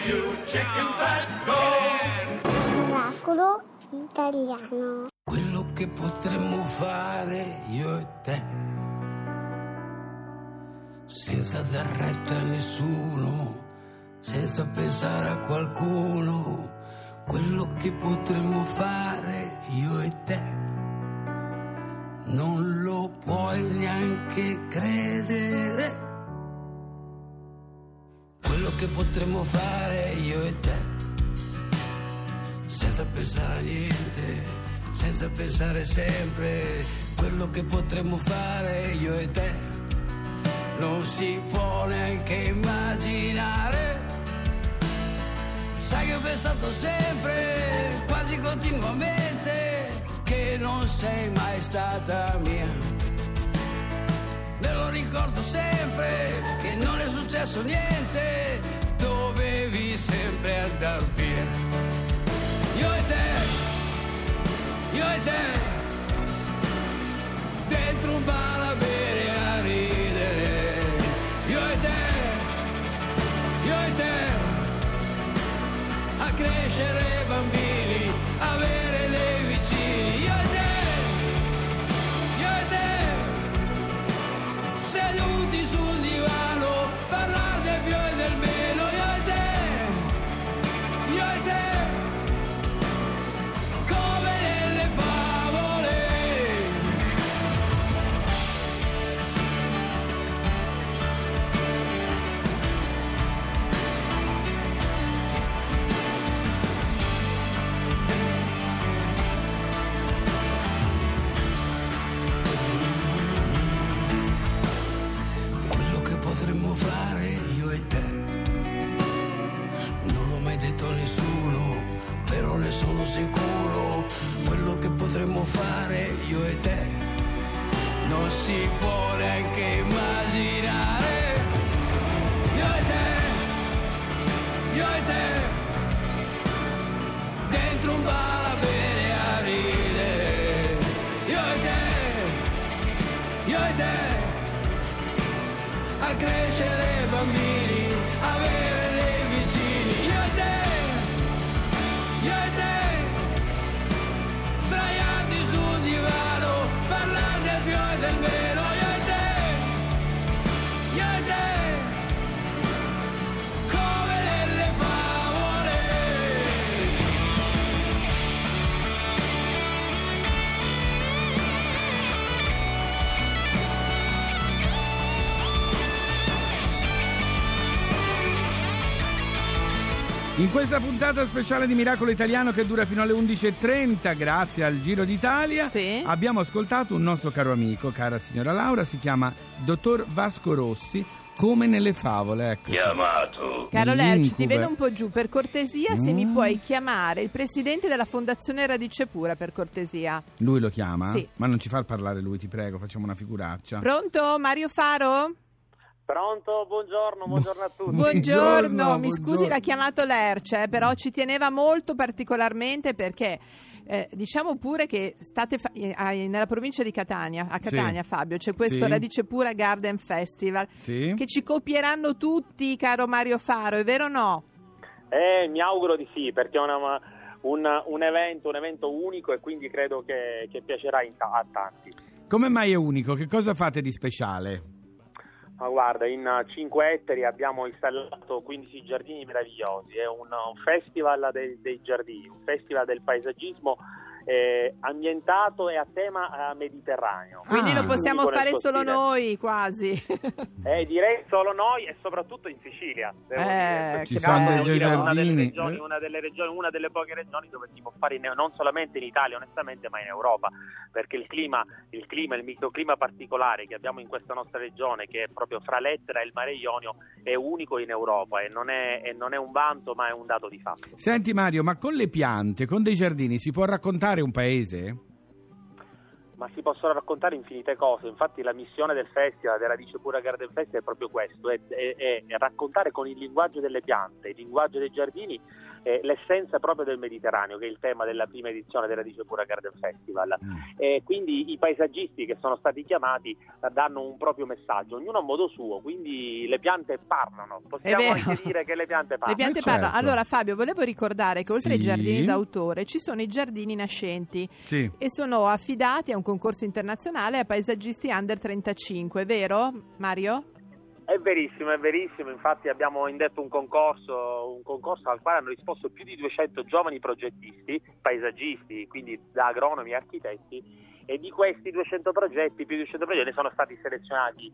you chicken fat, go! Oracolo italiano. Quello che potremmo fare io e te, senza dar retta a nessuno, senza pensare a qualcuno. Quello che potremmo fare io e te, non lo puoi neanche credere. Quello che potremmo fare io e te, senza pensare a niente, senza pensare sempre. Quello che potremmo fare io e te, non si può neanche immaginare. Sai che ho pensato sempre, quasi continuamente, che non sei mai stata mia. Me lo ricordo sempre, che non è successo niente, dovevi sempre andar via. Io e te, dentro un bar a bere e a ridere. Io e te, a crescere bambini, avere dei vicini. Io e te, seduti sul divano, parlare del più e del meno. Io e te, come nelle favole. Quello che potremmo fare io e te, non l'ho mai detto a nessuno, però ne sono sicuro. Quello che potremmo fare io e te, non si può neanche immaginare. Io e te, dentro un bar a bere e a ridere. Io e te, a crescere bambini, avere dei vicini. Io e te, sdraiati sul divano, parlare del più e del meno. Io e te, come nelle favole. In questa puntata speciale di Miracolo Italiano, che dura fino alle 11:30, grazie al Giro d'Italia, Sì. abbiamo ascoltato un nostro caro amico, cara signora Laura, si chiama Dottor Vasco Rossi, come nelle favole. Ecco. Chiamato. Caro Lerci, ti L'incube. vedo un po' giù, per cortesia se mi puoi chiamare il presidente della Fondazione Radice Pura, per cortesia. Lui lo chiama? Sì. Ma non ci fa parlare lui, ti prego, facciamo una figuraccia. Pronto, Mario Faro? Pronto, buongiorno a tutti. Buongiorno, mi buongiorno. scusi, l'ha chiamato Lerce, però ci teneva molto particolarmente perché diciamo pure che state nella provincia di Catania, a Catania, Sì. Fabio, c'è questo Sì. Radice Pura Garden Festival, Sì? che ci copieranno tutti, caro Mario Faro, è vero o no? Mi auguro di sì, perché è un evento unico e quindi credo che piacerà a tanti. Come mai è unico? Che cosa fate di speciale? Ma guarda, in 5 ettari abbiamo installato 15 giardini meravigliosi, è un festival dei giardini, un festival del paesaggismo ambientato e a tema mediterraneo. Quindi lo possiamo Unico nel fare suo solo stile. noi, quasi. Direi solo noi e soprattutto in Sicilia. Devo dire. Ci che sono bello. dei giardini. Una delle poche regioni dove si può fare non solamente in Italia, onestamente, ma in Europa, perché il microclima particolare che abbiamo in questa nostra regione, che è proprio fra l'Etna e il Mare Ionio, è unico in Europa e non è un vanto, ma è un dato di fatto. Senti Mario, ma con le piante, con dei giardini, si può raccontare un paese? ma si possono raccontare infinite cose. Infatti la missione del festival, della Radice Pura Garden Festival, è proprio questo, è raccontare con il linguaggio delle piante, il linguaggio dei giardini, l'essenza proprio del Mediterraneo, che è il tema della prima edizione della Radice Pura Garden Festival. Quindi i paesaggisti che sono stati chiamati danno un proprio messaggio, ognuno a modo suo, quindi le piante parlano, possiamo anche dire che le piante parlano. Le piante parlano. Allora Fabio, volevo ricordare che oltre ai giardini d'autore ci sono i giardini nascenti e sono affidati a un concorso internazionale a paesaggisti under 35, vero Mario? È verissimo, infatti abbiamo indetto un concorso al quale hanno risposto più di 200 giovani progettisti, paesaggisti, quindi da agronomi e architetti, e di questi 200 progetti, più di 200 progetti, ne sono stati selezionati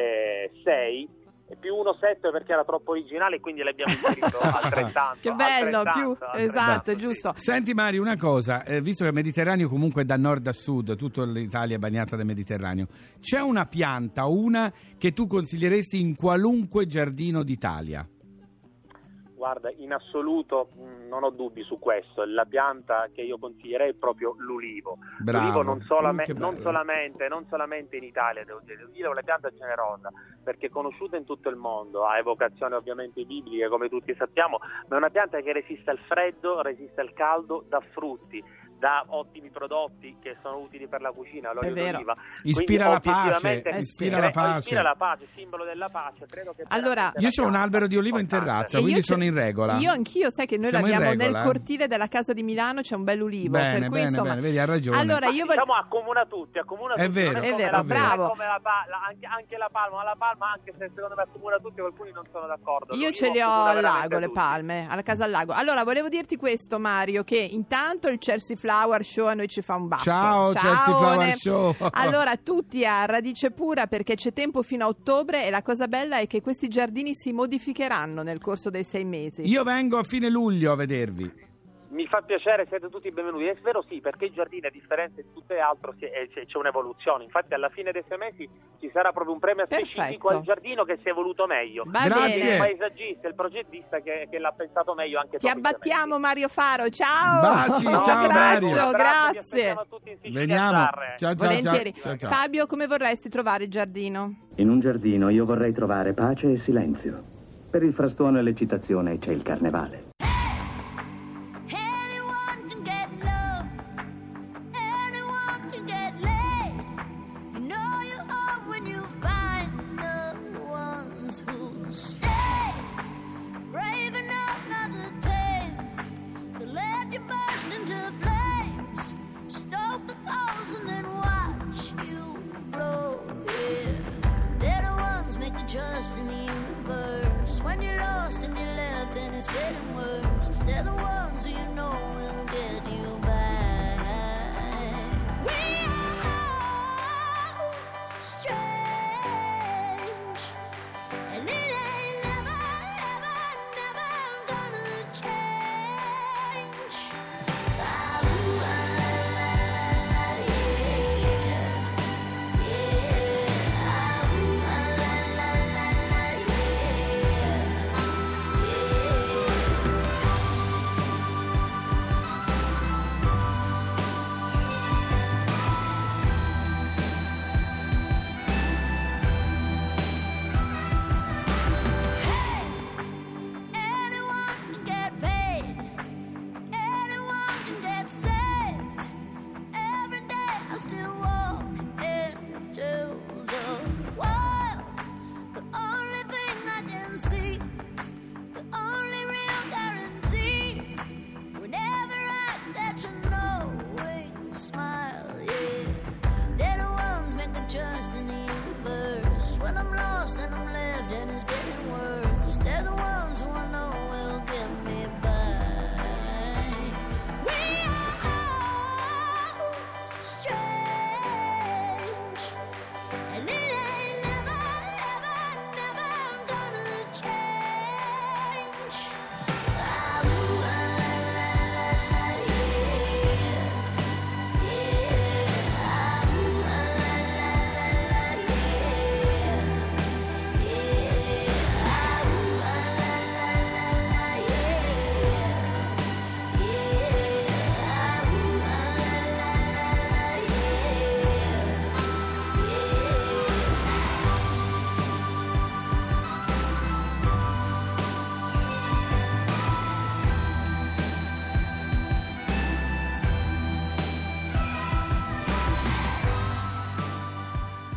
6, e più 7 perché era troppo originale, quindi l'abbiamo inserito altrettanto. Che bello, esatto, è giusto. Senti Mario, una cosa, visto che il Mediterraneo comunque è da nord a sud, tutta l'Italia è bagnata dal Mediterraneo, c'è una pianta, una che tu consiglieresti in qualunque giardino d'Italia? Guarda, in assoluto non ho dubbi su questo. La pianta che io consiglierei è proprio l'ulivo. Bravo. L'ulivo non solamente in Italia, devo dire. L'ulivo è una pianta generosa perché è conosciuta in tutto il mondo, ha evocazioni ovviamente bibliche come tutti sappiamo, ma è una pianta che resiste al freddo, resiste al caldo, dà frutti, dà ottimi prodotti che sono utili per la cucina, l'olio d'oliva. Ispira la pace, ispira la pace, simbolo della pace. Credo che allora, io ho un albero di olivo in terrazza, quindi sono in regola. Io anch'io, sai che noi l'abbiamo nel cortile della casa di Milano, c'è un bell'ulivo. Bene, per cui, insomma, vedi, ha ragione. Allora, diciamo accomuna tutti. È vero, bravo. Come anche la palma, anche se secondo me accomuna tutti, alcuni non sono d'accordo. Io ce le ho al lago, le palme, alla casa al lago. Allora, volevo dirti questo, Mario, che intanto il Chelsea Flower Show a noi ci fa un baffo. Ciao Chelsea Flower Show. Allora, tutti a Radice Pura perché c'è tempo fino a ottobre e la cosa bella è che questi giardini si modificheranno nel corso dei 6 mesi. Io vengo a fine luglio a vedervi. Mi fa piacere, siete tutti benvenuti. È vero, sì, perché i giardini, a differenza di tutte le altre, c'è un'evoluzione. Infatti alla fine dei 6 mesi ci sarà proprio un premio specifico al giardino che si è evoluto meglio. Grazie. Il paesaggista, il progettista che l'ha pensato meglio anche. Ti abbattiamo Mario Faro, ciao. Baci, ciao Mario. Grazie. Veniamo. Ciao. Volentieri. Ciao. Fabio, come vorresti trovare il giardino? In un giardino io vorrei trovare pace e silenzio. Per il frastuono e l'eccitazione c'è il carnevale. Trust in the universe. When you're lost and you're left and it's getting worse, they're the ones who you know will get you back. We are strange, and it ain't never, never gonna change. Ah, ooh, ah, la, la, la, yeah, yeah. Ah, ooh, ah, la, la, la, la, yeah, yeah.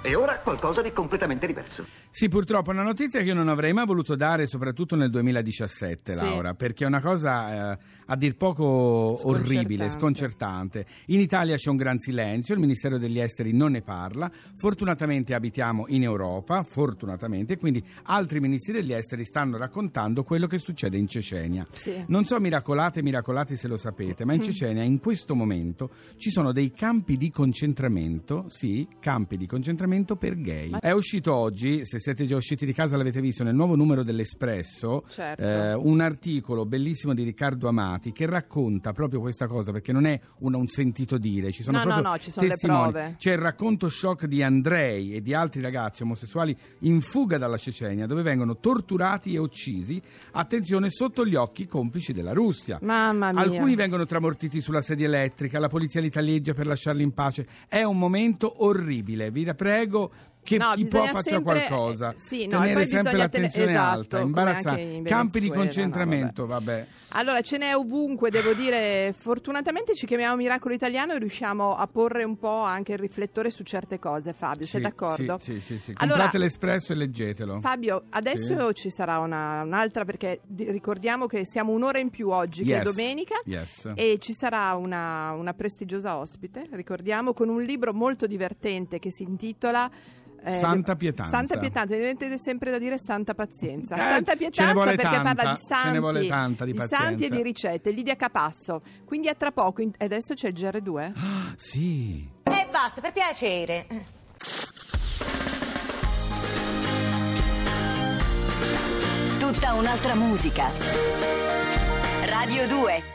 E ora qualcosa di completamente diverso. Sì, purtroppo è una notizia che io non avrei mai voluto dare, soprattutto nel 2017, sì. Laura, perché è una cosa a dir poco orribile, sconcertante. In Italia c'è un gran silenzio, il Ministero degli Esteri non ne parla, fortunatamente abitiamo in Europa, fortunatamente, quindi altri ministri degli esteri stanno raccontando quello che succede in Cecenia. Sì. Non so miracolati se lo sapete, ma in Cecenia in questo momento ci sono dei campi di concentramento, sì, campi di concentramento per gay. È uscito oggi, se siete già usciti di casa l'avete visto, nel nuovo numero dell'Espresso, certo. Un articolo bellissimo di Riccardo Amati che racconta proprio questa cosa, perché non è un sentito dire, ci sono proprio ci sono testimoni. le prove. C'è il racconto shock di Andrei e di altri ragazzi omosessuali in fuga dalla Cecenia, dove vengono torturati e uccisi, attenzione, sotto gli occhi complici della Russia. Mamma mia. Alcuni vengono tramortiti sulla sedia elettrica, la polizia li taglieggia per lasciarli in pace. È un momento orribile, vi prego che chi può faccia qualcosa, tenere sempre l'attenzione alta, imbarazzante. Campi di concentramento, vabbè. Allora ce n'è ovunque, devo dire, fortunatamente ci chiamiamo Miracolo Italiano e riusciamo a porre un po' anche il riflettore su certe cose, Fabio, sei d'accordo? Sì. Comprate l'Espresso e leggetelo. Fabio, adesso ci sarà un'altra, perché ricordiamo che siamo un'ora in più oggi, che è domenica, e ci sarà una prestigiosa ospite, ricordiamo, con un libro molto divertente che si intitola Santa Pietanza. Santa Pietanza, diventa sempre da dire Santa Pazienza. Santa Pietanza perché parla di santi, ce ne vuole tanta di santi e di ricette. Lidia Capasso. Quindi a tra poco. Adesso c'è il GR2. Sì. E basta, per piacere. Tutta un'altra musica. Radio 2.